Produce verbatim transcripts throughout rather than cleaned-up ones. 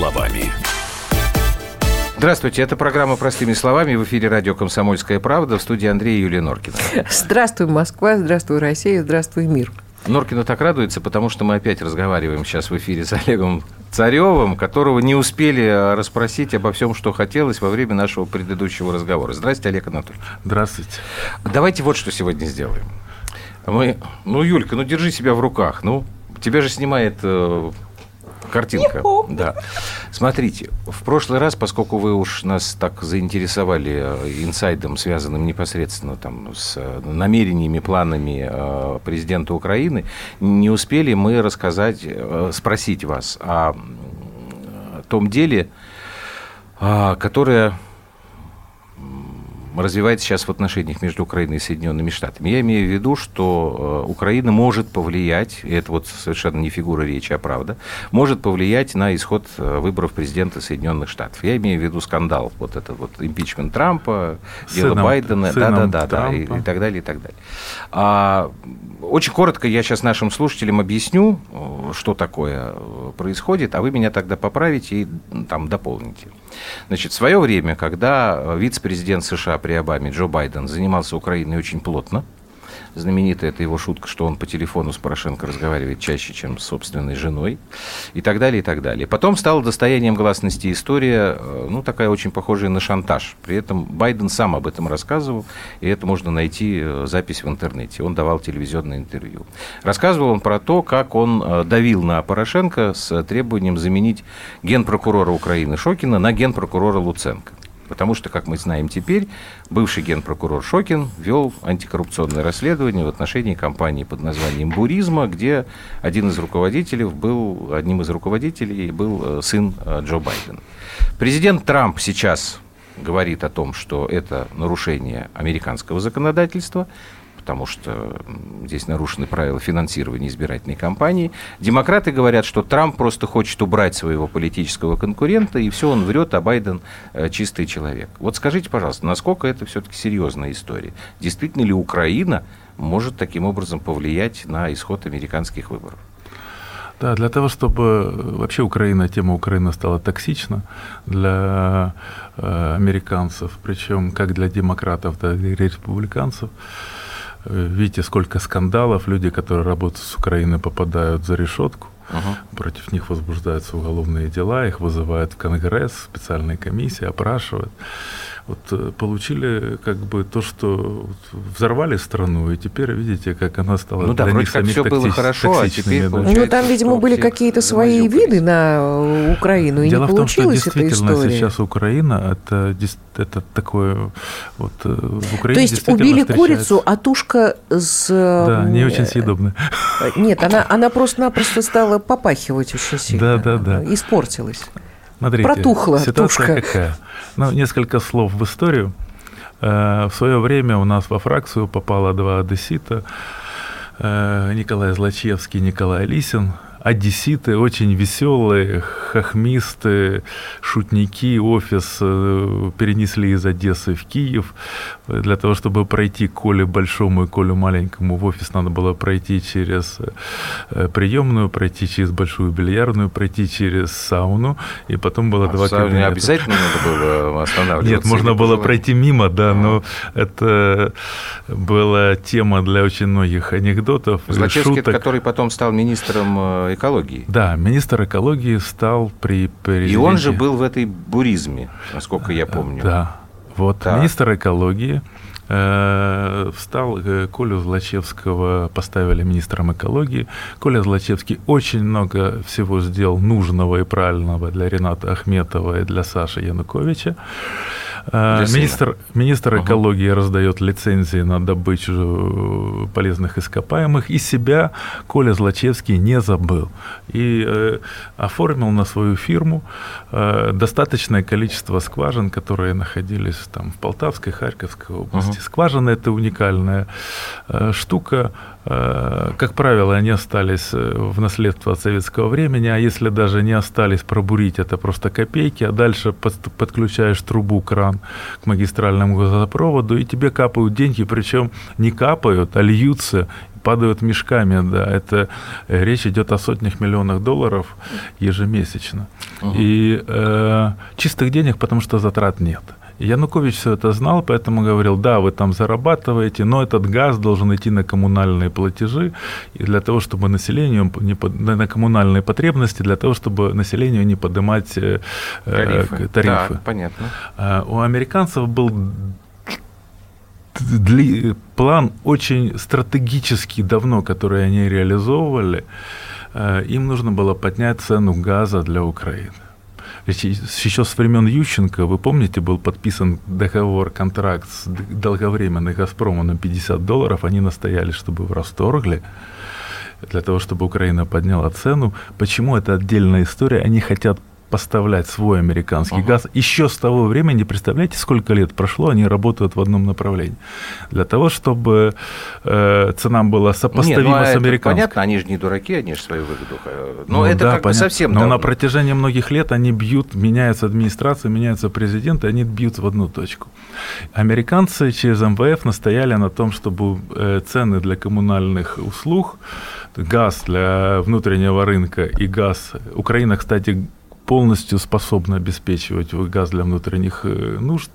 словами. Здравствуйте, это программа «Простыми словами». В эфире радио «Комсомольская правда». В студии Андрей и Юлия Норкина. Здравствуй, Москва, здравствуй, Россия, здравствуй, мир. Норкина так радуется, потому что мы опять разговариваем сейчас в эфире с Олегом Царевым, которого не успели расспросить обо всем, что хотелось во время нашего предыдущего разговора. Здравствуйте, Олег Анатольевич. Здравствуйте. Давайте вот что сегодня сделаем. Мы... Ну, Юлька, ну держи себя в руках. Ну, тебя же снимает э, картинка. Да. Смотрите, в прошлый раз, поскольку вы уж нас так заинтересовали инсайдом, связанным непосредственно там, с намерениями, планами э, президента Украины, не успели мы рассказать, э, спросить вас о том деле, э, которое развивается сейчас в отношениях между Украиной и Соединенными Штатами. Я имею в виду, что Украина может повлиять, и это вот совершенно не фигура речи, а правда, может повлиять на исход выборов президента Соединенных Штатов. Я имею в виду скандал, вот этот вот импичмент Трампа, дело сыном, Байдена, да-да-да, и, и так далее, и так далее. А, очень коротко я сейчас нашим слушателям объясню, что такое происходит, а вы меня тогда поправите и там дополните. Значит, в свое время, когда вице-президент США при Обаме Джо Байден занимался Украиной очень плотно, знаменитая эта его шутка, что он по телефону с Порошенко разговаривает чаще, чем с собственной женой, и так далее, и так далее. Потом стала достоянием гласности история, ну, такая очень похожая на шантаж. При этом Байден сам об этом рассказывал, и это можно найти запись в интернете. Он давал телевизионное интервью. Рассказывал он про то, как он давил на Порошенко с требованием заменить генпрокурора Украины Шокина на генпрокурора Луценко. Потому что, как мы знаем теперь, бывший генпрокурор Шокин вел антикоррупционное расследование в отношении компании под названием «Буризма», где один из руководителей был, одним из руководителей был сын Джо Байдена. Президент Трамп сейчас говорит о том, что это нарушение американского законодательства, потому что здесь нарушены правила финансирования избирательной кампании. Демократы говорят, что Трамп просто хочет убрать своего политического конкурента, и все, он врет, а Байден чистый человек. Вот скажите, пожалуйста, насколько это все-таки серьезная история? Действительно ли Украина может таким образом повлиять на исход американских выборов? Да, для того, чтобы вообще Украина, тема Украины стала токсична для э, американцев, причем как для демократов, так и для республиканцев. Видите, сколько скандалов, люди, которые работают с Украиной, попадают за решетку, uh-huh. против них возбуждаются уголовные дела, их вызывают в Конгресс, специальные комиссии, опрашивают. Вот получили как бы то, что взорвали страну, и теперь видите, как она стала ну, да, для них самих все было хорошо, а теперь да. Ну, там, видимо, были какие-то свои виды на Украину, и Дело не получилась эта история. Дело в том, что действительно сейчас Украина, это, это такое... Вот, в Украине то есть убили курицу, а тушка с... Да, не очень съедобная. Нет, она, она просто-напросто стала попахивать очень сильно. Да, да, да. Испортилась. Смотрите, протухла ситуация тушка. Какая? Ну, несколько слов в историю. В свое время у нас во фракцию попало два одессита, Николай Злачевский и Николай Лисин. Одесситы очень веселые, хохмисты, шутники. Офис перенесли из Одессы в Киев. Для того, чтобы пройти к Коле Большому и Коле Маленькому в офис, надо было пройти через приемную, пройти через большую бильярдную, пройти через сауну, и потом было а два кабинета. Не обязательно надо было останавливаться? Нет, можно было пройти мимо, да, а. но это была тема для очень многих анекдотов. Злачевский, который потом стал министром экологии. Да, министр экологии стал при президенте. И он же был в этой буризме, насколько я помню. Да, вот, да. Министр экологии э, встал, Колю Злачевского поставили министром экологии. Коля Злачевский очень много всего сделал нужного и правильного для Рената Ахметова и для Саши Януковича. Министр, министр экологии uh-huh. раздает лицензии на добычу полезных ископаемых, и себя Коля Злачевский не забыл. И э, оформил на свою фирму э, достаточное количество скважин, которые находились там, в Полтавской, Харьковской области. Uh-huh. Скважина – это уникальная э, штука. Э, как правило, они остались в наследство от советского времени, а если даже не остались, пробурить – это просто копейки, а дальше под, подключаешь трубу, кран к магистральному газопроводу, и тебе капают деньги, причем не капают, а льются падают мешками, да, это речь идет о сотнях миллионах долларов ежемесячно. Угу. И э, чистых денег, потому что затрат нет. Янукович все это знал, поэтому говорил, да, вы там зарабатываете, но этот газ должен идти на коммунальные платежи, и для того, чтобы населению, не, на коммунальные потребности, для того, чтобы населению не поднимать э, тарифы. тарифы. Да, понятно. А у американцев был дли, план очень стратегический давно, который они реализовывали. Им нужно было поднять цену газа для Украины. Еще с времен Ющенко, вы помните, был подписан договор, контракт с долговременным «Газпромом» на пятьдесят долларов. Они настояли, чтобы его расторгли, для того, чтобы Украина подняла цену. Почему? Это отдельная история. Они хотят поставлять свой американский uh-huh. газ. Еще с того времени, представляете, сколько лет прошло, они работают в одном направлении. Для того, чтобы э, цена была сопоставима Нет, ну, с американской. Понятно, они же не дураки, они же свою выгоду. Но ну, это да, как бы совсем Но давно. на протяжении многих лет они бьют, меняется администрация, меняется президент, и они бьют в одну точку. Американцы через эм вэ эф настояли на том, чтобы э, цены для коммунальных услуг, газ для внутреннего рынка и газ... Украина, кстати, полностью способна обеспечивать газ для внутренних нужд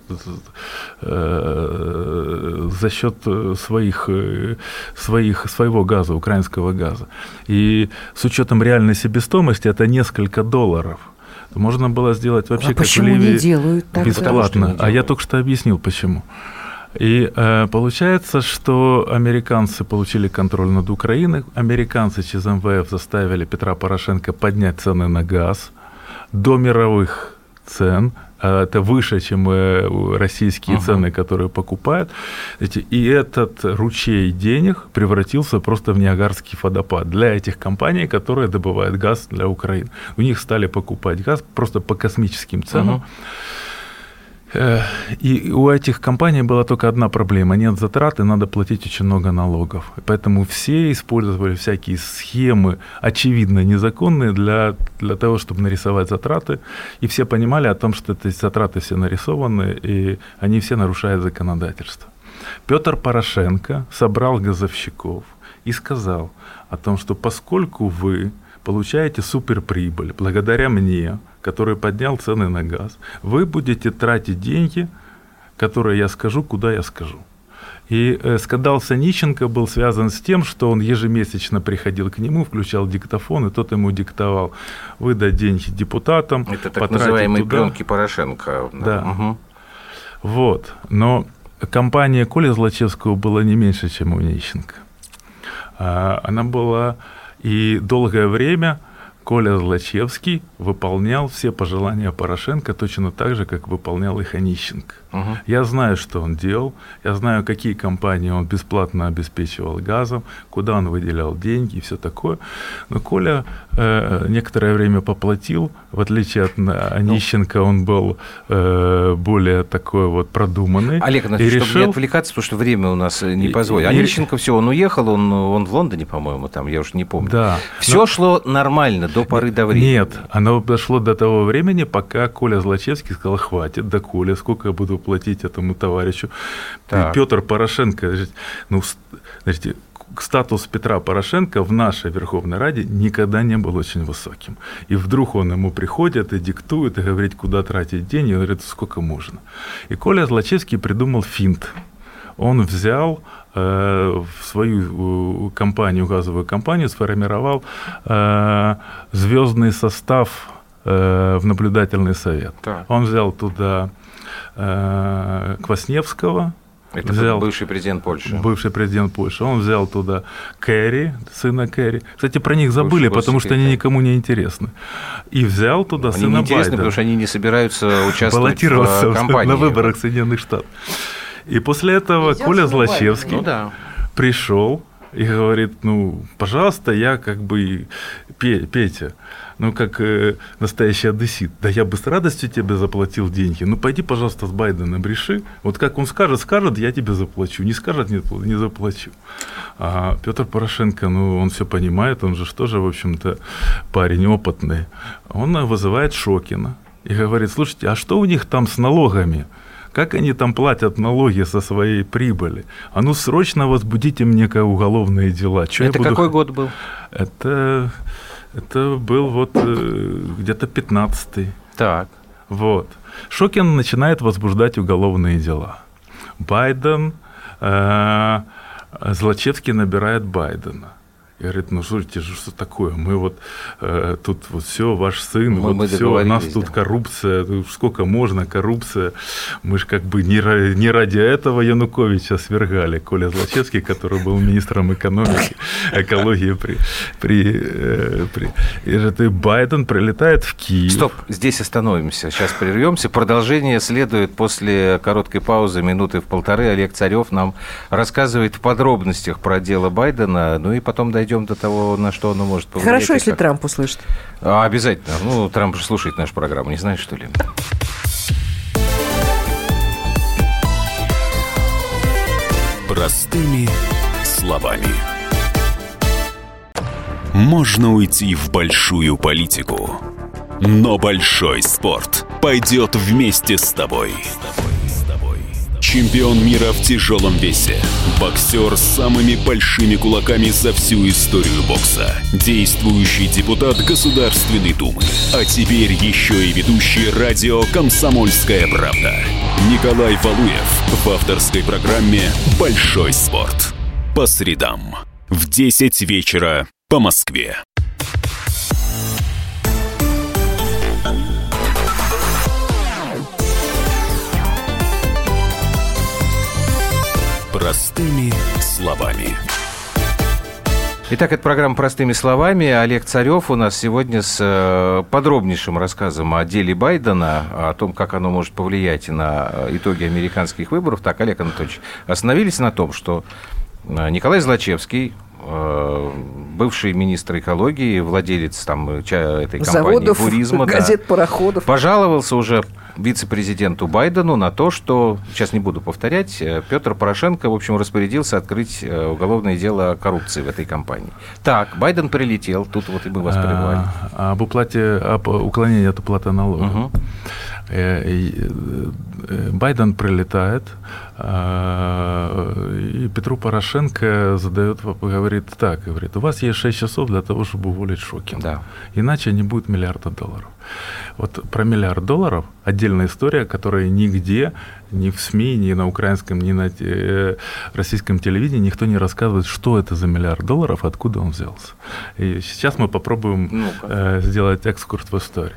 за счет своих, своих, своего газа, украинского газа. И с учетом реальной себестоимости это несколько долларов. Можно было сделать вообще а как почему в Ливии не делают так бесплатно. Не а я только что объяснил, почему. И э, получается, что американцы получили контроль над Украиной, американцы через эм вэ эф заставили Петра Порошенко поднять цены на газ до мировых цен, это выше, чем российские uh-huh. цены, которые покупают. И этот ручей денег превратился просто в Ниагарский водопад для этих компаний, которые добывают газ для Украины. У них стали покупать газ просто по космическим ценам. Uh-huh. И у этих компаний была только одна проблема. Нет затрат, и надо платить очень много налогов. Поэтому все использовали всякие схемы, очевидно незаконные, для, для того, чтобы нарисовать затраты. И все понимали о том, что эти затраты все нарисованы, и они все нарушают законодательство. Петр Порошенко собрал газовщиков и сказал о том, что поскольку вы получаете суперприбыль благодаря мне, который поднял цены на газ, вы будете тратить деньги, которые я скажу, куда я скажу. И э, скандал с Онищенко был связан с тем, что он ежемесячно приходил к нему, включал диктофон, и тот ему диктовал выдать деньги депутатам. Это так называемые туда. Пленки Порошенко. Да. да. Угу. Вот. Но компания Коли Злочевского была не меньше, чем у Онищенко. А, она была и долгое время... Коля Злочевский выполнял все пожелания Порошенко точно так же, как выполнял их Онищенко. Uh-huh. Я знаю, что он делал, я знаю, какие компании он бесплатно обеспечивал газом, куда он выделял деньги и все такое. Но Коля э, некоторое время поплатил, в отличие от Онищенко, он был э, более такой вот продуманный. Олег Анатольевич, чтобы решил... не отвлекаться, потому что время у нас не позволит. И... Онищенко все, он уехал, он, он в Лондоне, по-моему, там, я уж не помню. Да. Все но... шло нормально до поры до времени. Нет, оно дошло до того времени, пока Коля Злочевский сказал, хватит, да Коля, сколько я буду платить этому товарищу. Так. Петр Порошенко, ну, знаете, статус Петра Порошенко в нашей Верховной Раде никогда не был очень высоким. И вдруг он ему приходит и диктует, и говорит, куда тратить деньги, и говорит, сколько можно. И Коля Злочевский придумал финт. Он взял э, в свою компанию, газовую компанию, сформировал э, звездный состав э, в наблюдательный совет. Так. Он взял туда э, Квасневского. Это взял, бывший президент Польши. Бывший президент Польши. Он взял туда Керри, сына Керри. Кстати, про них забыли, бывший потому что они никому не интересны. И взял туда они сына Байдена. Они не интересны, потому что они не собираются участвовать в кампании. На выборах Соединенных Штатов. И после этого Взял Коля Злочевский ну, да. пришел и говорит, ну, пожалуйста, я как бы Петя, ну, как э, настоящий одессит, да я бы с радостью тебе заплатил деньги, ну, пойди, пожалуйста, с Байденом реши, вот как он скажет, скажет, я тебе заплачу, не скажет, нет, не заплачу. А Петр Порошенко, ну, он все понимает, он же тоже, в общем-то, парень опытный, он вызывает Шокина и говорит, слушайте, а что у них там с налогами? как они там платят налоги со своей прибыли. А ну срочно возбудите мне уголовные дела. Чё это буду... какой год был? Это, это был вот где-то пятнадцатый. Так. Вот. Шокин начинает возбуждать уголовные дела. Байден, э, Злачевский набирает Байдена. И говорит, ну слушайте, что такое? Мы вот э, тут вот все, ваш сын, мы, вот мы все, у нас тут да. коррупция, сколько можно коррупция. Мы же как бы не, не ради этого Януковича свергали. Коля Злачевский, который был министром экономики, экологии при... при, э, при... И это Байден прилетает в Киев. Стоп, здесь остановимся, сейчас прервемся. Продолжение следует после короткой паузы, минуты в полторы. Олег Царев нам рассказывает в подробностях про дело Байдена, ну и потом дойдем до того, на что оно может повлиять. Хорошо, если как... Трамп услышит. А, обязательно. Ну, Трамп же слушает нашу программу, не знаешь, что ли? Простыми словами. Можно уйти в большую политику, но большой спорт пойдет вместе с тобой. Чемпион мира в тяжелом весе. Боксер с самыми большими кулаками за всю историю бокса. Действующий депутат Государственной Думы. А теперь еще и ведущий радио «Комсомольская правда». Николай Валуев в авторской программе «Большой спорт». По средам в десять вечера по Москве. Простыми словами. Итак, это программа «Простыми словами». Олег Царев у нас сегодня с подробнейшим рассказом о деле Байдена, о том, как оно может повлиять на итоги американских выборов. Так, Олег Анатольевич, остановились на том, что Николай Злачевский, бывший министр экологии, владелец там, этой компании заводов, «Буризма», газет, да, пароходов, пожаловался уже вице-президенту Байдену на то, что, сейчас не буду повторять, Петр Порошенко, в общем, распорядился открыть уголовное дело о коррупции в этой компании. Так, Байден прилетел, тут вот и мы вас прервали. А, об уплате, об уклонении от уплаты налогов. Угу. Байден прилетает, и Петру Порошенко задает, говорит так, говорит, у вас есть шесть часов для того, чтобы уволить Шокина. Да. Иначе не будет миллиарда долларов. Вот про миллиард долларов отдельная история, которая нигде, ни в СМИ, ни на украинском, ни на российском телевидении никто не рассказывает, что это за миллиард долларов, откуда он взялся. И сейчас мы попробуем ну-ка. сделать экскурс в историю.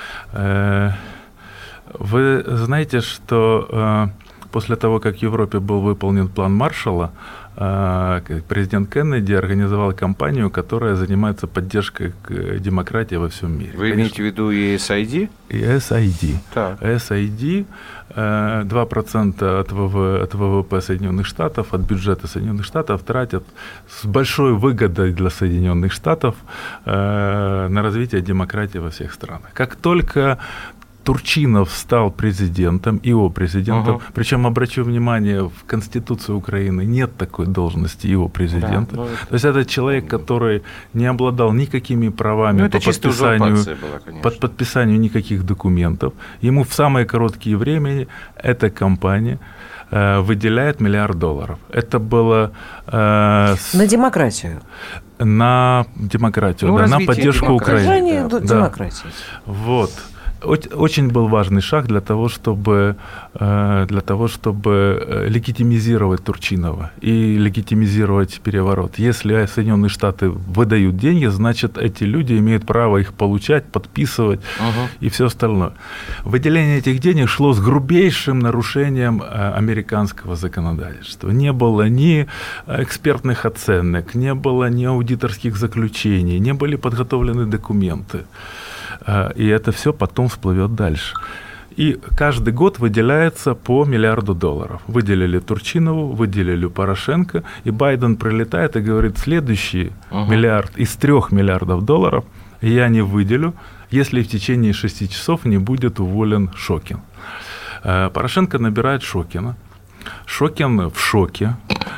Вы знаете, что э, после того, как в Европе был выполнен план Маршалла, э, президент Кеннеди организовал кампанию, которая занимается поддержкой демократии во всем мире. Вы имеете в виду и эс ай ди? И эс ай ди. Так. эс ай ди э, два процента от, ВВ, от ВВП Соединенных Штатов, от бюджета Соединенных Штатов тратят с большой выгодой для Соединенных Штатов э, на развитие демократии во всех странах. Как только Турчинов стал президентом, его президентом, угу. причем, обращу внимание, в Конституции Украины нет такой должности его президента. Да, ну, то есть это человек, который не обладал никакими правами ну, по, подписанию, была, под подписанию никаких документов. Ему в самое короткие времени эта компания э, выделяет миллиард долларов. Это было... Э, с... На демократию. На демократию, ну, да, на поддержку Украины. Да. Демократии. Вот. Очень был важный шаг для того, чтобы, для того, чтобы легитимизировать Турчинова и легитимизировать переворот. Если Соединенные Штаты выдают деньги, значит, эти люди имеют право их получать, подписывать угу. и все остальное. Выделение этих денег шло с грубейшим нарушением американского законодательства. Не было ни экспертных оценок, не было ни аудиторских заключений, не были подготовлены документы. И это все потом всплывет дальше. И каждый год выделяется по миллиарду долларов. Выделили Турчинову, выделили Порошенко, и Байден прилетает и говорит, следующий uh-huh. миллиард из трех миллиардов долларов я не выделю, если в течение шести часов не будет уволен Шокин. Порошенко набирает Шокина. Шокин в шоке.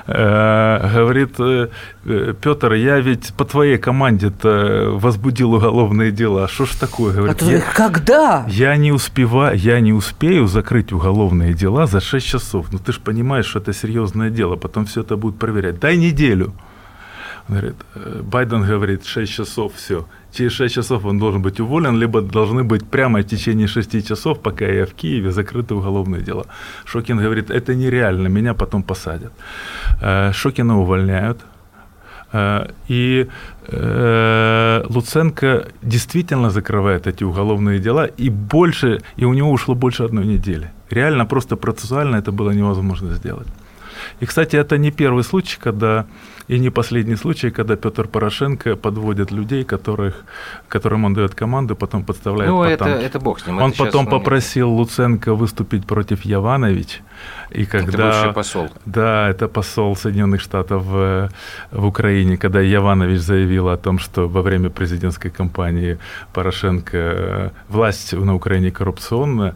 Говорит, Петр, я ведь по твоей команде-то возбудил уголовные дела. Что ж такое? Говорит, а ты, я, когда? Я не успеваю, я не успею закрыть уголовные дела за шесть часов. Ну ты же понимаешь, что это серьезное дело, потом все это будут проверять. Дай неделю. Говорит, Байден говорит, шесть часов, все. Через шесть часов он должен быть уволен, либо должны быть прямо в течение шести часов, пока я в Киеве, закрыты уголовные дела. Шокин говорит, это нереально, меня потом посадят. Шокина увольняют. И Луценко действительно закрывает эти уголовные дела, и больше, и у него ушло больше одной недели. Реально, просто процессуально это было невозможно сделать. И, кстати, это не первый случай, когда, и не последний случай, когда Петр Порошенко подводит людей, которых, которым он дает команду, потом подставляет ну, по это, танке. это бог с ним. Он это потом сейчас, попросил Луценко выступить против Йованович. И когда, это бывший посол. Да, это посол Соединенных Штатов в, в Украине, когда Йованович заявила о том, что во время президентской кампании Порошенко власть на Украине коррупционная,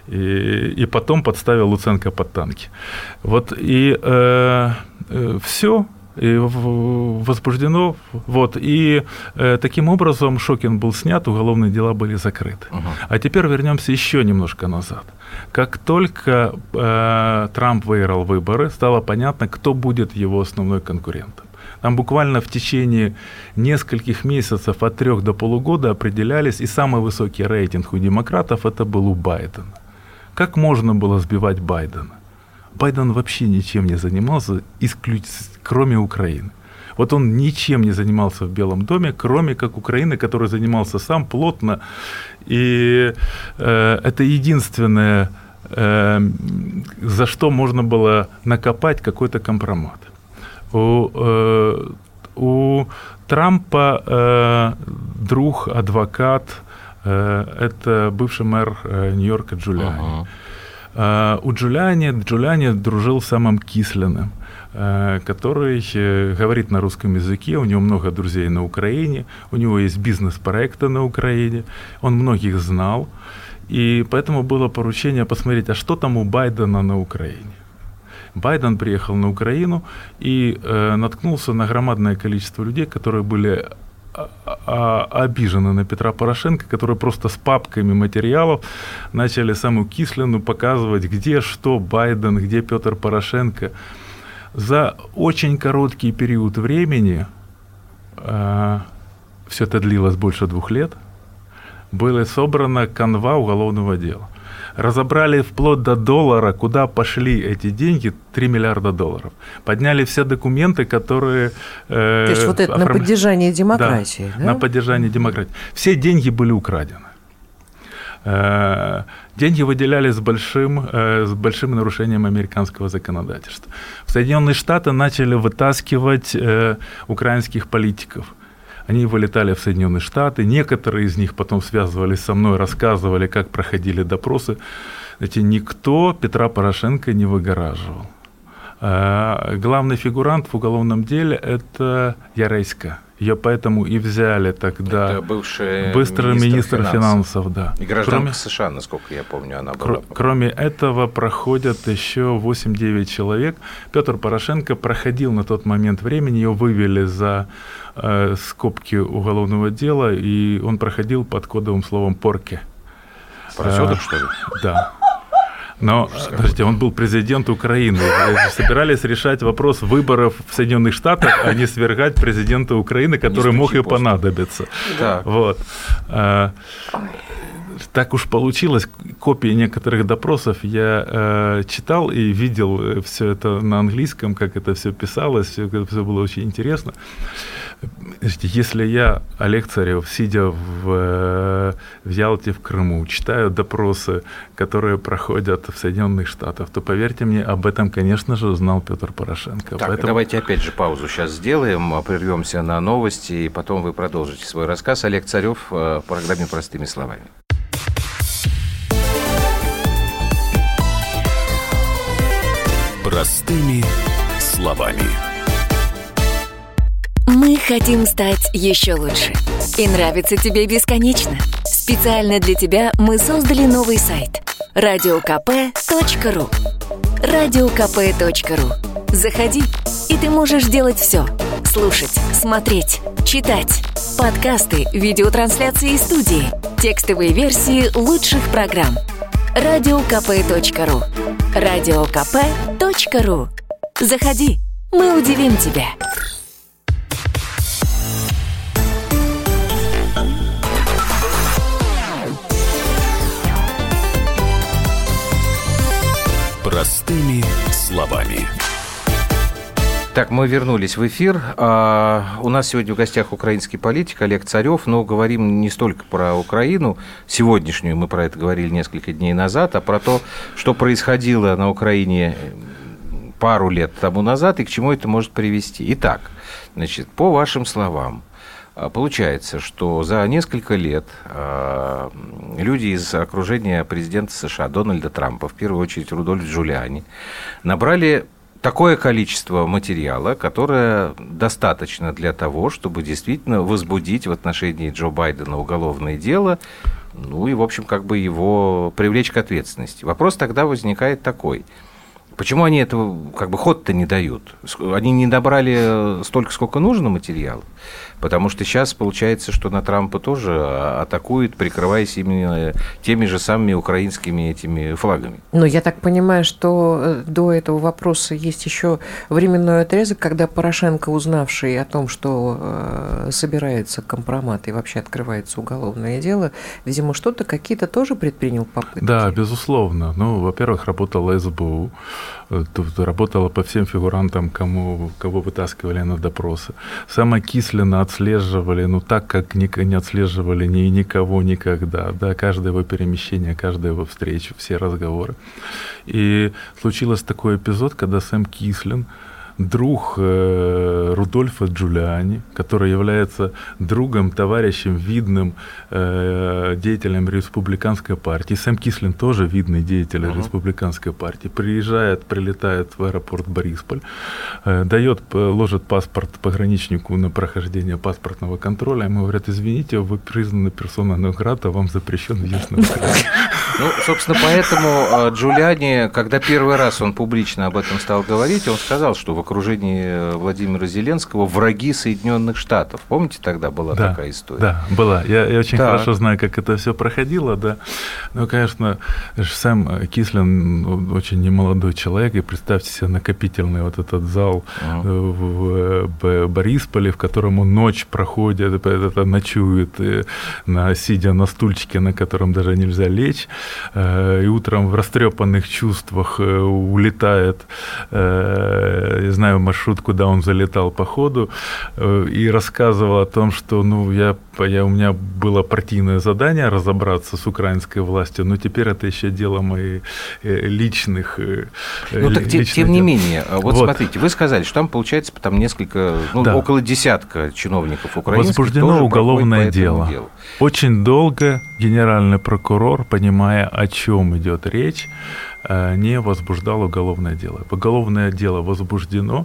и, и потом подставил Луценко под танки. Вот и э, э, все. И возбуждено, вот, и э, таким образом Шокин был снят, уголовные дела были закрыты. Uh-huh. А теперь вернемся еще немножко назад. Как только э, Трамп выиграл выборы, стало понятно, кто будет его основной конкурентом. Там буквально в течение нескольких месяцев, от трех до полугода определялись, и самый высокий рейтинг у демократов это был у Байдена. Как можно было сбивать Байдена? Байден вообще ничем не занимался, исключ... кроме Украины. Вот он ничем не занимался в Белом доме, кроме как Украины, который занимался сам плотно. И э, это единственное, э, за что можно было накопать какой-то компромат. У, э, у Трампа э, друг, адвокат, э, это бывший мэр э, Нью-Йорка Джулиани. Uh-huh. Uh, у Джулиани, Джулиани дружил с самым Кислиным, uh, который uh, говорит на русском языке, у него много друзей на Украине, у него есть бизнес-проекты на Украине, он многих знал, и поэтому было поручение посмотреть, а что там у Байдена на Украине. Байден приехал на Украину и uh, наткнулся на громадное количество людей, которые были обижены на Петра Порошенко, которые просто с папками материалов начали саму Кислину показывать, где что Байден, где Петр Порошенко. За очень короткий период времени, э, все это длилось больше двух лет, была собрана канва уголовного дела. Разобрали вплоть до доллара, куда пошли эти деньги, три миллиарда долларов. Подняли все документы, которые... Э, То есть вот это оформля... на поддержание демократии, да, да? на поддержание демократии. Все деньги были украдены. Э, деньги выделялись с большим, э, с большим нарушением американского законодательства. В Соединенные Штаты начали вытаскивать э, украинских политиков. Они вылетали в Соединенные Штаты, некоторые из них потом связывались со мной, рассказывали, как проходили допросы. Знаете, никто Петра Порошенко не выгораживал. А главный фигурант в уголовном деле – это Яреська. Ее поэтому и взяли тогда. Это бывший быстрый министр, министр финансов. финансов, да. И гражданка кроме, США, насколько я помню, она была. Кроме этого проходят еще восемь-девять человек. Петр Порошенко проходил на тот момент времени, ее вывели за э, скобки уголовного дела, и он проходил под кодовым словом «порке». Поросенок, а, что ли? Да. Но, подождите, он был президент Украины. Собирались решать вопрос выборов в Соединенных Штатах, а не свергать президента Украины, который мог и понадобиться. Да. Вот. Так уж получилось, копии некоторых допросов я э, читал и видел все это на английском, как это все писалось, все, это все было очень интересно. Если я, Олег Царев, сидя в, в Ялте, в Крыму, читаю допросы, которые проходят в Соединенных Штатах, то, поверьте мне, об этом, конечно же, знал Петр Порошенко. Так, Поэтому... давайте опять же паузу сейчас сделаем, прервемся на новости, и потом вы продолжите свой рассказ. Олег Царев в программе «Простыми словами». Простыми словами. Мы хотим стать еще лучше. И нравится тебе бесконечно. Специально для тебя мы создали новый сайт радио ка пэ точка ру. радио ка пэ точка ру. Заходи, ты можешь делать все. Слушать, смотреть, читать. Подкасты, видеотрансляции из студии, текстовые версии лучших программ. радио ка пэ точка ру. радио ка пэ точка ру. Заходи, мы удивим тебя. Простыми словами. Так, мы вернулись в эфир. А, у нас сегодня в гостях украинский политик Олег Царев, но говорим не столько про Украину сегодняшнюю, мы про это говорили несколько дней назад, а про то, что происходило на Украине пару лет тому назад и к чему это может привести. Итак, значит, по вашим словам, получается, что за несколько лет э, люди из окружения президента США Дональда Трампа, в первую очередь Рудольф Джулиани, набрали такое количество материала, которое достаточно для того, чтобы действительно возбудить в отношении Джо Байдена уголовное дело, ну и, в общем, как бы его привлечь к ответственности. Вопрос тогда возникает такой. Почему они этого как бы ход-то не дают? Они не набрали столько, сколько нужно материала? Потому что сейчас получается, что на Трампа тоже атакуют, прикрываясь именно теми же самыми украинскими этими флагами. Но я так понимаю, что до этого вопроса есть еще временной отрезок, когда Порошенко, узнавший о том, что собирается компромат и вообще открывается уголовное дело, видимо, что-то, какие-то тоже предпринял попытки? Да, безусловно. Ну, во-первых, работала эс бэ у, работала по всем фигурантам, кому, кого вытаскивали на допросы. Сама Кислина отслеживали, ну, так, как не отслеживали ни, никого никогда, да, каждое его перемещение, каждую его встречу, все разговоры. И случился такой эпизод, когда Сэм Кислин, друг э, Рудольфа Джулиани, который является другом, товарищем, видным э, деятелем республиканской партии. Сэм Кислин тоже видный деятель uh-huh. республиканской партии. Приезжает, прилетает в аэропорт Борисполь, э, дает, ложит паспорт пограничнику на прохождение паспортного контроля. Ему говорят: извините, вы признаны персона нон-грата, вам запрещен въезд на Украину. Ну, собственно, поэтому Джулиани, когда первый раз он публично об этом стал говорить, он сказал, что в окружении Владимира Зеленского враги Соединенных Штатов. Помните, тогда была да, такая история? Да, была. Я, я очень так. хорошо знаю, как это все проходило, да. Ну, конечно, Сэм Кислин очень немолодой человек, и представьте себе накопительный вот этот зал uh-huh. в, в Борисполе, в котором он ночь проходит, это, ночует, на, сидя на стульчике, на котором даже нельзя лечь, и утром в растрепанных чувствах улетает, я знаю маршрут, куда он залетал по ходу, и рассказывал о том, что ну, я, я, у меня было партийное задание разобраться с украинской властью, но теперь это еще дело моих личных... Ну, так, личных тем дел. не менее, вот, вот смотрите, вы сказали, что там, получается, там несколько, ну, да. около десятка чиновников украинских возбуждено уголовное дело. делу. Очень долго генеральный прокурор, понимая, о чем идет речь, не возбуждал уголовное дело. Уголовное дело возбуждено.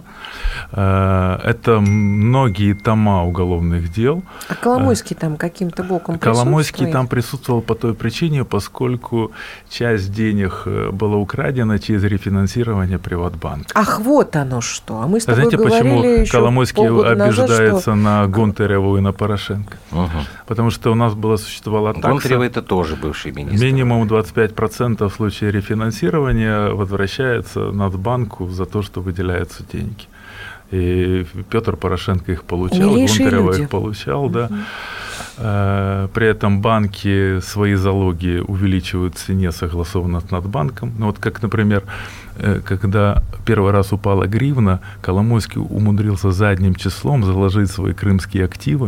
Это многие тома уголовных дел. А Коломойский там каким-то боком присутствует? Коломойский там присутствовал по той причине, поскольку часть денег была украдена через рефинансирование Приватбанка. Ах, вот оно что. А мы с тобой Знаете, говорили почему еще Коломойский обиждается назад, что... на Гонтареву и на Порошенко? Угу. Потому что у нас была существовала такса. Гонтарева это тоже бывший министр. Минимум двадцать пять процентов в случае рефинансирования возвращается Нацбанку за то, что выделяются деньги. И Петр Порошенко их получал, Гонтарева их получал, да. Uh-huh. При этом банки свои залоги увеличивают в цене согласованно с Нацбанком. Ну, вот как, например, когда первый раз упала гривна, Коломойский умудрился задним числом заложить свои крымские активы,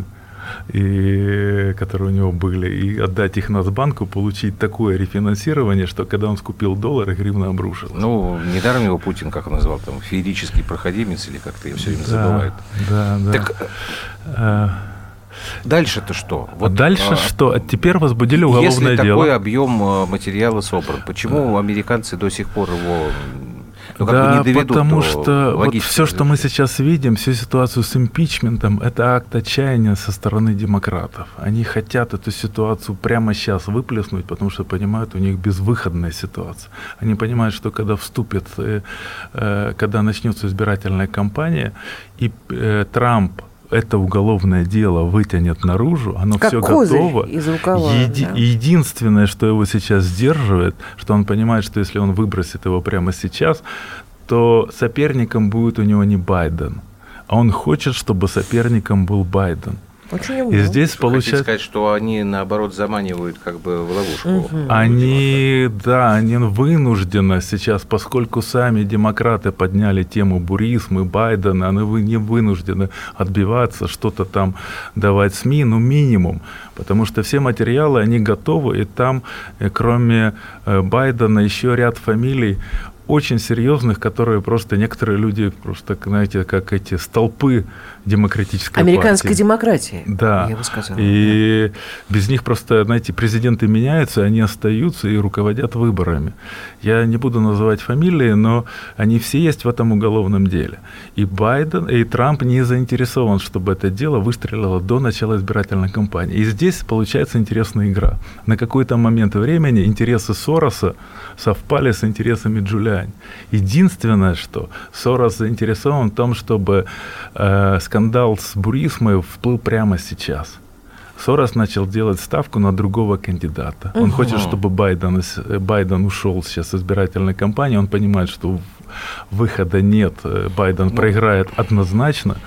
и, которые у него были, и отдать их Нацбанку, получить такое рефинансирование, что когда он скупил доллары, гривна обрушилась. Ну, недаром его Путин, как он назвал, там, феерический проходимец, или как-то я все время да, забываю. Да, да. Так, а... дальше-то что? Вот, дальше а... что? Теперь возбудили уголовное Если дело. Если такой объем материала собран, почему американцы до сих пор его Ну, да, потому что вот все, что мы сейчас видим, всю ситуацию с импичментом, это акт отчаяния со стороны демократов. Они хотят эту ситуацию прямо сейчас выплеснуть, потому что понимают, у них безвыходная ситуация. Они понимают, что когда вступит, когда начнется избирательная кампания, и Трамп это уголовное дело вытянет наружу, оно как все готово. Из рукава, Еди- да. Единственное, что его сейчас сдерживает, что он понимает, что если он выбросит его прямо сейчас, то соперником будет у него не Байден, а он хочет, чтобы соперником был Байден. Очень и здесь Вы получается... хотите сказать, что они, наоборот, заманивают как бы в ловушку? Угу. Они, да, они вынуждены сейчас, поскольку сами демократы подняли тему буризма и Байдена, они не вынуждены отбиваться, что-то там давать СМИ, ну, минимум, потому что все материалы, они готовы, и там, кроме Байдена, еще ряд фамилий, очень серьезных, которые просто некоторые люди просто, знаете, как эти столпы демократической Американской партии. демократии, да. я бы сказала. И да. без них просто, знаете, президенты меняются, они остаются и руководят выборами. Я не буду называть фамилии, но они все есть в этом уголовном деле. И Байден, и Трамп не заинтересован, чтобы это дело выстрелило до начала избирательной кампании. И здесь получается интересная игра. На какой-то момент времени интересы Сороса совпали с интересами Джулиани. Единственное, что Сорос заинтересован в том, чтобы э, скандал с буризмой всплыл прямо сейчас. Сорос начал делать ставку на другого кандидата. Он угу. хочет, чтобы Байден, Байден ушел сейчас из избирательной кампании. Он понимает, что выхода нет. Байден ну. проиграет однозначно.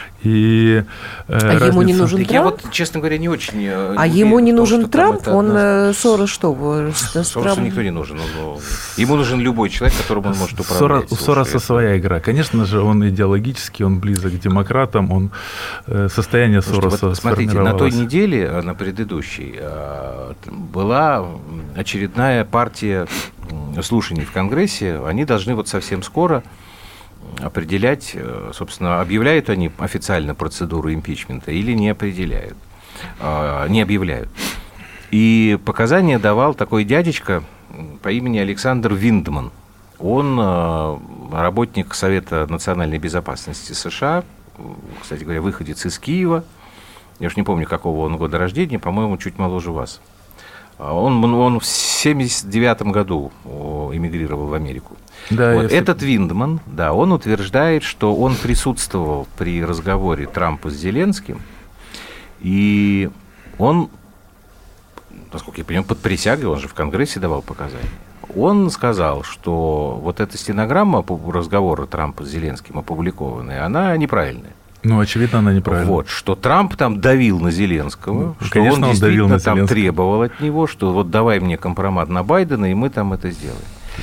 И, э, а разница... ему не нужен так Трамп? Я вот, честно говоря, не очень... А уверен ему не том, нужен Трамп? Это он одна... Сорос что? Соросу никто не нужен. Он... Ему нужен любой человек, которому он может управлять. У Сороса своя игра. Конечно же, он идеологически, он близок к демократам, он состояние Слушайте, Сороса вот смотрите, на той неделе, на предыдущей, была очередная партия слушаний в Конгрессе. Они должны вот совсем скоро определять, собственно, объявляют они официально процедуру импичмента или не определяют, не объявляют. И показания давал такой дядечка по имени Александр Виндман. Он работник Совета национальной безопасности США, кстати говоря, выходец из Киева. Я уж не помню, какого он года рождения, по-моему, чуть моложе вас. Он, он в семьдесят девятом году эмигрировал в Америку. Да, вот этот Виндман, да, он утверждает, что он присутствовал при разговоре Трампа с Зеленским, и он, насколько я понимаю, под присягой, он же в Конгрессе давал показания, он сказал, что вот эта стенограмма разговора Трампа с Зеленским опубликованная, она неправильная. Ну, очевидно, она неправильная. Вот, что Трамп там давил на Зеленского, ну, что конечно, он действительно он давил на там Зеленского. Требовал от него, что вот давай мне компромат на Байдена, и мы там это сделаем.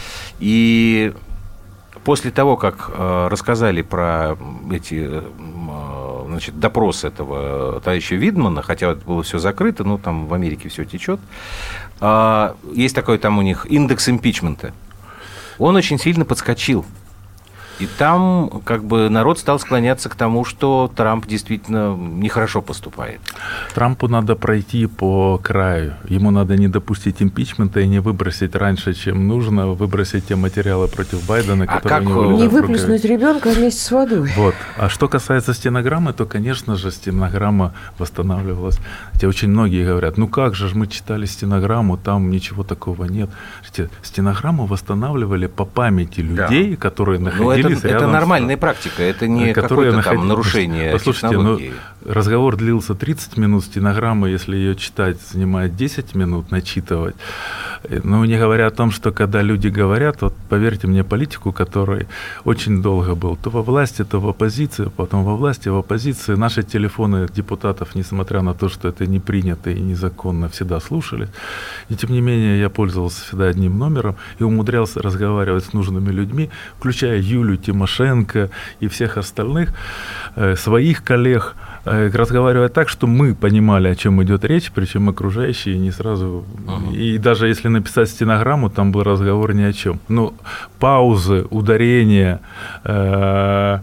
И после того, как э, рассказали про эти, э, значит, допрос этого товарища Виндмана, хотя это было все закрыто, ну, там в Америке все течет, э, есть такой там у них индекс импичмента. Он очень сильно подскочил. И там как бы народ стал склоняться к тому, что Трамп действительно нехорошо поступает. Трампу надо пройти по краю. Ему надо не допустить импичмента и не выбросить раньше, чем нужно, выбросить те материалы против Байдена, а которые как у него лежат не выплеснуть ребенка вместе с водой. Вот. А что касается стенограммы, то, конечно же, стенограмма восстанавливалась. Хотя очень многие говорят, ну как же, мы читали стенограмму, там ничего такого нет. Стенограмму восстанавливали по памяти людей, да. которые находились. Это, это нормальная практика, это не какое-то находили... там нарушение Послушайте, технологии. Ну, разговор длился тридцать минут, стенограмма, если ее читать, занимает десять минут начитывать. Ну, не говоря о том, что когда люди говорят, вот поверьте мне, политику, который очень долго был то во власти, то в оппозиции, потом во власти, в оппозиции, наши телефоны депутатов, несмотря на то, что это не принято и незаконно, всегда слушали. И тем не менее, я пользовался всегда одним номером и умудрялся разговаривать с нужными людьми, включая Юлю Тимошенко и всех остальных, э, своих коллег, э, разговаривая так, что мы понимали, о чем идет речь, причем окружающие не сразу. Uh-huh. И даже если написать стенограмму, там был разговор ни о чем. Но паузы, ударения, э,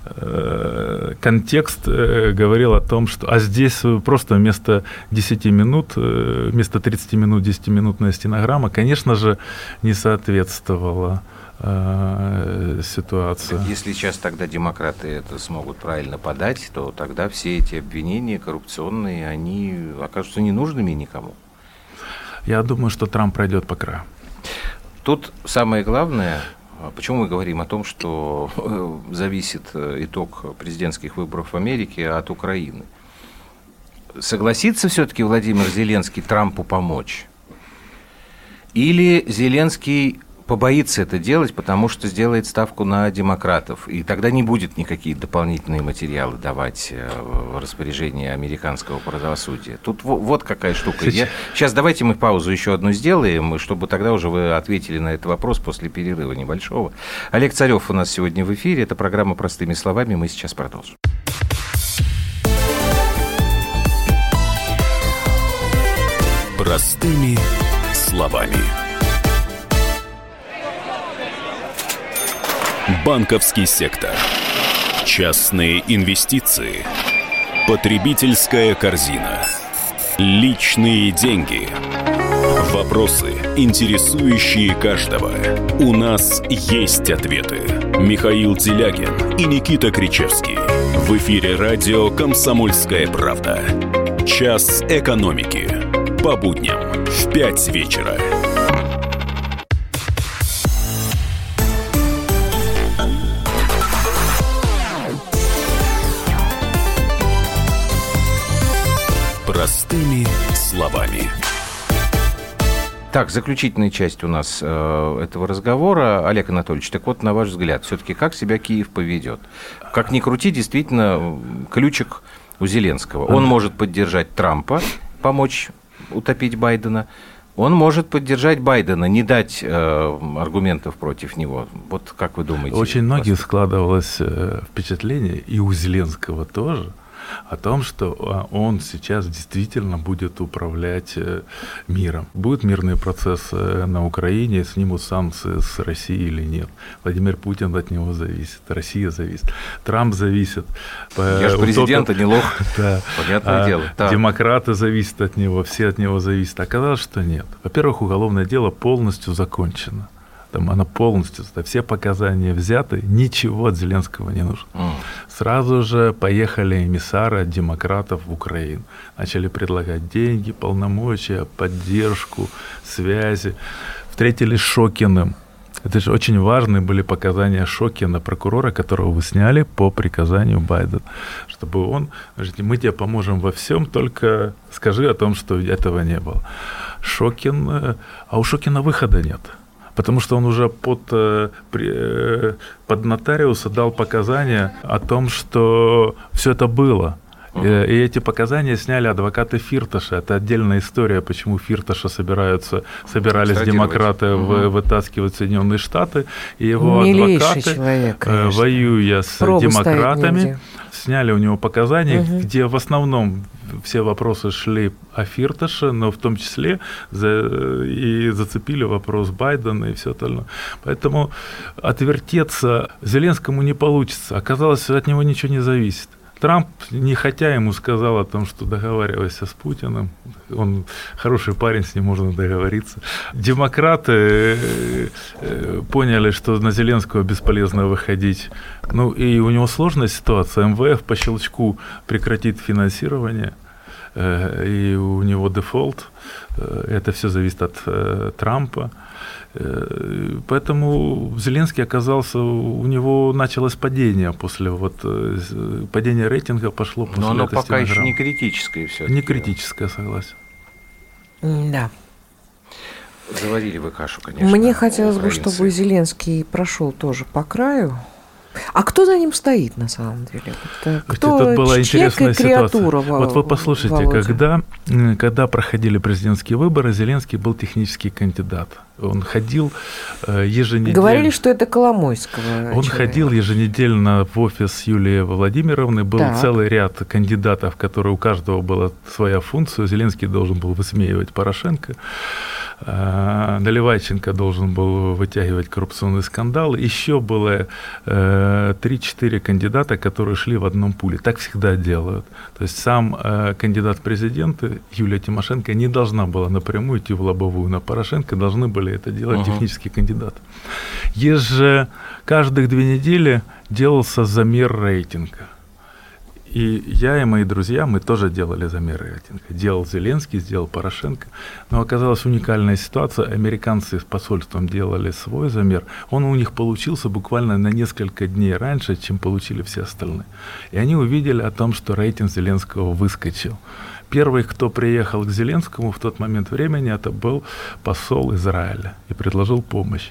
э, контекст э, говорил о том, что... А здесь просто вместо десяти минут, э, вместо тридцати минут, десятиминутная стенограмма, конечно же, не соответствовала э, ситуация. Если сейчас тогда демократы это смогут правильно подать, то тогда все эти обвинения коррупционные, они окажутся ненужными никому. Я думаю, что Трамп пройдет по краю. Тут самое главное, почему мы говорим о том, что зависит итог президентских выборов в Америке от Украины. Согласится все-таки Владимир Зеленский Трампу помочь? Или Зеленский побоится это делать, потому что сделает ставку на демократов, и тогда не будет никакие дополнительные материалы давать в распоряжение американского правосудия. Тут вот какая штука. Я... Сейчас давайте мы паузу еще одну сделаем, чтобы тогда уже вы ответили на этот вопрос после перерыва небольшого. Олег Царев у нас сегодня в эфире. Это программа «Простыми словами». Мы сейчас продолжим. Простыми словами. Банковский сектор, частные инвестиции, потребительская корзина, личные деньги. Вопросы, интересующие каждого. У нас есть ответы. Михаил Делягин и Никита Кричевский. В эфире радио «Комсомольская правда». Час экономики. По будням в пять вечера. Простыми словами. Так, заключительная часть у нас э, этого разговора. Олег Анатольевич, так вот, на ваш взгляд, все-таки как себя Киев поведет? Как ни крути, действительно, ключик у Зеленского. Он может поддержать Трампа, помочь утопить Байдена. Он может поддержать Байдена, не дать э, аргументов против него. Вот как вы думаете? Очень многих складывалось впечатление, и у Зеленского тоже, о том, что он сейчас действительно будет управлять миром. Будут мирные процессы на Украине, снимут санкции с России или нет. Владимир Путин от него зависит, Россия зависит, Трамп зависит. Я же президент, а не лох. Да. Понятное а, дело. Да. Демократы зависят от него, все от него зависят. Оказалось, что нет. Во-первых, уголовное дело полностью закончено. Там оно полностью, все показания взяты, ничего от Зеленского не нужно. Mm. Сразу же поехали эмиссары от демократов в Украину. Начали предлагать деньги, полномочия, поддержку, связи. Встретились с Шокиным. Это же очень важные были показания Шокина, прокурора, которого вы сняли по приказанию Байдена. Чтобы он, говорит, мы тебе поможем во всем, только скажи о том, что этого не было. Шокин, а у Шокина выхода нет. Потому что он уже под, под нотариуса дал показания о том, что все это было. Uh-huh. И эти показания сняли адвокаты Фирташа. Это отдельная история, почему Фирташа собираются, собирались демократы uh-huh. вытаскивать в Соединенные Штаты. И его Милейший адвокаты, человек, воюя с Пробу демократами, сняли у него показания, uh-huh. где в основном все вопросы шли о Фирташе, но в том числе за, и зацепили вопрос Байдена и все остальное. Поэтому отвертеться Зеленскому не получится. Оказалось, от него ничего не зависит. Трамп, не хотя, ему сказал о том, что договаривайся с Путиным. Он хороший парень, с ним можно договориться. Демократы поняли, что на Зеленского бесполезно выходить. Ну, и у него сложная ситуация. эм вэ эф по щелчку прекратит финансирование, и у него дефолт. Это все зависит от Трампа. Поэтому Зеленский оказался, у него началось падение после вот падения рейтинга пошло после. Но оно этой пока стенограммы. еще не критическое все. Не критическое, согласен. Да. Заварили вы кашу, конечно. Мне хотелось бы, украинцы. чтобы Зеленский прошел тоже по краю. А кто за ним стоит на самом деле? Это, кто, Тут была интересная ситуация. Во, вот вы послушайте, Володя. когда, когда проходили президентские выборы, Зеленский был технический кандидат. Он ходил еженедельно. Говорили, что это Коломойского. Он человека. ходил еженедельно в офис Юлии Владимировны. Был так. целый ряд кандидатов, которые у каждого была своя функция. Зеленский должен был высмеивать Порошенко. Наливайченко должен был вытягивать коррупционные скандалы. Еще было три-четыре кандидата, которые шли в одном пуле. Так всегда делают. То есть сам кандидат в президенты Юлия Тимошенко не должна была напрямую идти в лобовую на Порошенко, должны были это делать uh-huh. технические кандидаты. Есть же каждых две недели делался замер рейтинга. И я и мои друзья, мы тоже делали замер рейтинга. Делал Зеленский, сделал Порошенко. Но оказалась уникальная ситуация. Американцы с посольством делали свой замер. Он у них получился буквально на несколько дней раньше, чем получили все остальные. И они увидели о том, что рейтинг Зеленского выскочил. Первый, кто приехал к Зеленскому в тот момент времени, это был посол Израиля и предложил помощь.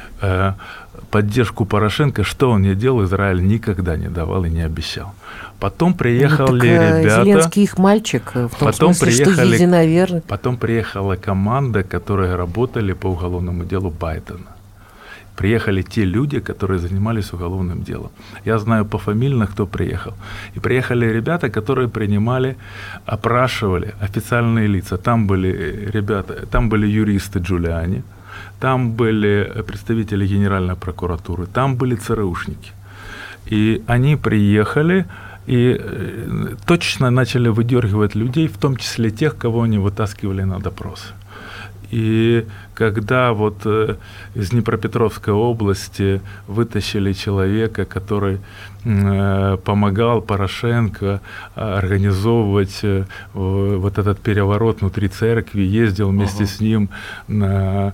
Поддержку Порошенко, что он не делал, Израиль никогда не давал и не обещал. Потом приехали ну, ребята... Зеленский их мальчик, в том потом смысле, приехали, что единоверный. Потом приехала команда, которые работали по уголовному делу Байдена. Приехали те люди, которые занимались уголовным делом. Я знаю пофамильно, кто приехал. И приехали ребята, которые принимали, опрашивали официальные лица. Там были ребята, там были юристы Джулиани, там были представители Генеральной прокуратуры, там были ЦРУшники. И они приехали и точно начали выдергивать людей, в том числе тех, кого они вытаскивали на допрос. И когда вот из Днепропетровской области вытащили человека, который помогал Порошенко организовывать вот этот переворот внутри церкви, ездил вместе uh-huh. с ним на,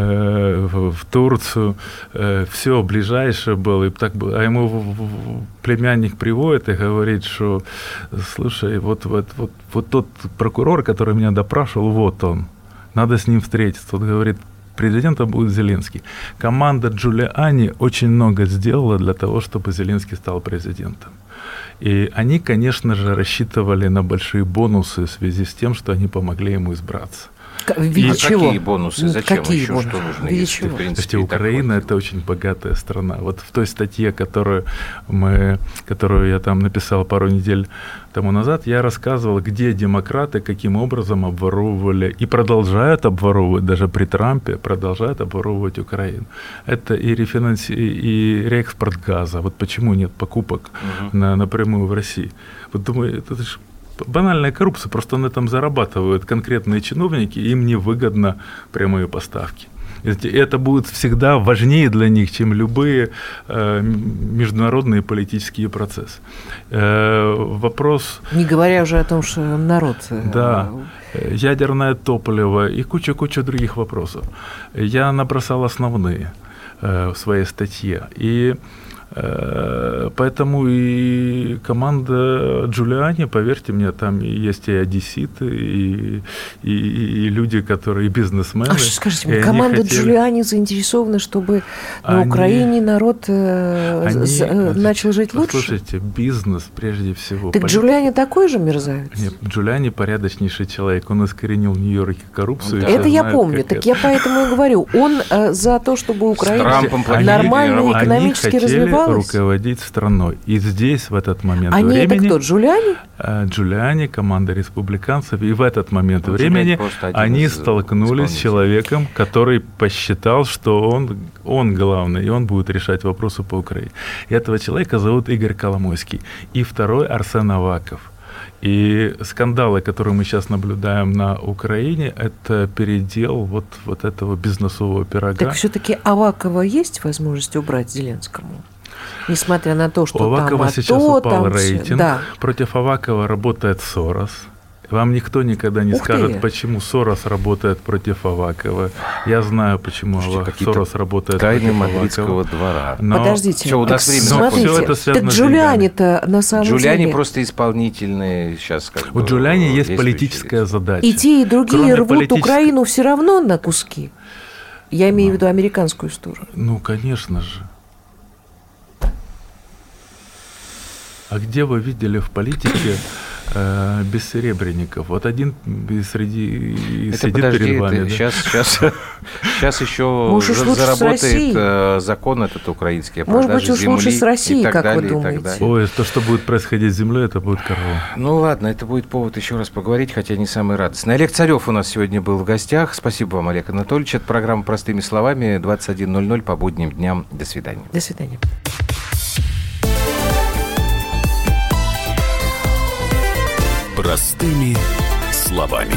в Турцию, все ближайшее было, и так было. А ему племянник приводит и говорит, что слушай, вот, вот, вот, вот тот прокурор, который меня допрашивал, вот он. Надо с ним встретиться. Он говорит, президентом будет Зеленский. Команда Джулиани очень много сделала для того, чтобы Зеленский стал президентом. И они, конечно же, рассчитывали на большие бонусы в связи с тем, что они помогли ему избраться. В виде а чего? Какие бонусы? Зачем какие еще? бонусы? Что нужно? В виде Если, чего? в принципе, Украина – это очень богатая страна. Вот в той статье, которую, мы, которую я там написал пару недель тому назад, я рассказывал, где демократы каким образом обворовывали и продолжают обворовывать, даже при Трампе продолжают обворовывать Украину. Это и, рефинанси... и реэкспорт газа. Вот почему нет покупок угу. на, напрямую в России. Вот думаю, это же банальная коррупция, просто на этом зарабатывают конкретные чиновники, им невыгодно прямые поставки. Это будет всегда важнее для них, чем любые э, международные политические процессы. Э, вопрос... Не говоря уже о том, что народ... Да, ядерное топливо и куча-куча других вопросов. Я набросал основные э, в своей статье. И поэтому и команда Джулиани, поверьте мне, там есть и одесситы, и, и, и люди, которые бизнесмены. А что, скажите мне, команда хотели... Джулиани заинтересована, чтобы на они, Украине народ они, за, начал жить лучше? Слушайте, бизнес прежде всего. Так Полит... Джулиани такой же мерзавец? Нет, Джулиани порядочнейший человек, он искоренил в Нью-Йорке коррупцию. Да. Это я знает, помню, так это. Я поэтому и говорю, он за то, чтобы Украина нормально экономически развивалась. Руководить страной. И здесь, в этот момент Они времени... это кто, Джулиани? Джулиани, команда республиканцев. И в этот момент вот времени они столкнулись с человеком, который посчитал, что он, он главный, и он будет решать вопросы по Украине. И этого человека зовут Игорь Коломойский. И второй Арсен Аваков. И скандалы, которые мы сейчас наблюдаем на Украине, это передел вот, вот этого бизнесового пирога. Так все-таки Авакова есть возможность убрать Зеленскому? Несмотря на то, что у Авакова там сейчас АТО, упал там рейтинг. Все, да. Против Авакова работает Сорос. Вам никто никогда не Ух скажет, ты. почему Сорос работает против Авакова. Я знаю, почему Слушайте, Сорос работает тайны против мадридского Авакова. двора. Но... Подождите, все, у нас время смотрите, все это связано так с Джулиани-то на самом Джулиани деле... просто исполнительные сейчас как У бы, Джулиани есть политическая задача. И те, и другие Кроме рвут политической... Украину все равно на куски. Я имею в виду американскую сторону. Ну, конечно же. А где вы видели в политике э, бессеребренников. Вот один среди это сидит подожди, перед вами. Это, да? сейчас, сейчас, сейчас еще Может, за, заработает закон этот украинский о продаже Может быть, уж земли лучше с Россией, и так как далее, вы думаете? и так далее. Ой, то, что будет происходить с землей, это будет корова. Ну ладно, это будет повод еще раз поговорить, хотя не самый радостный. Олег Царев у нас сегодня был в гостях. Спасибо вам, Олег Анатольевич. Это программа «Простыми словами». двадцать один ноль ноль по будним дням. До свидания. До свидания. Простыми словами.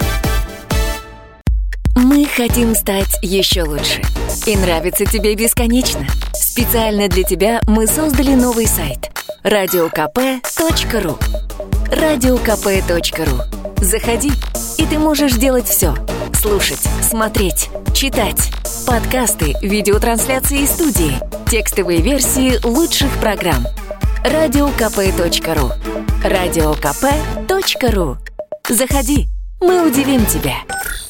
Мы хотим стать еще лучше. И нравится тебе бесконечно. Специально для тебя мы создали новый сайт радио ка пэ точка ру. радио ка пэ точка ру. Заходи, и ты можешь делать все. Слушать, смотреть, читать. Подкасты, видеотрансляции из студии. Текстовые версии лучших программ. радио ка пэ точка ру. радио ка пэ точка ру. Заходи, мы удивим тебя.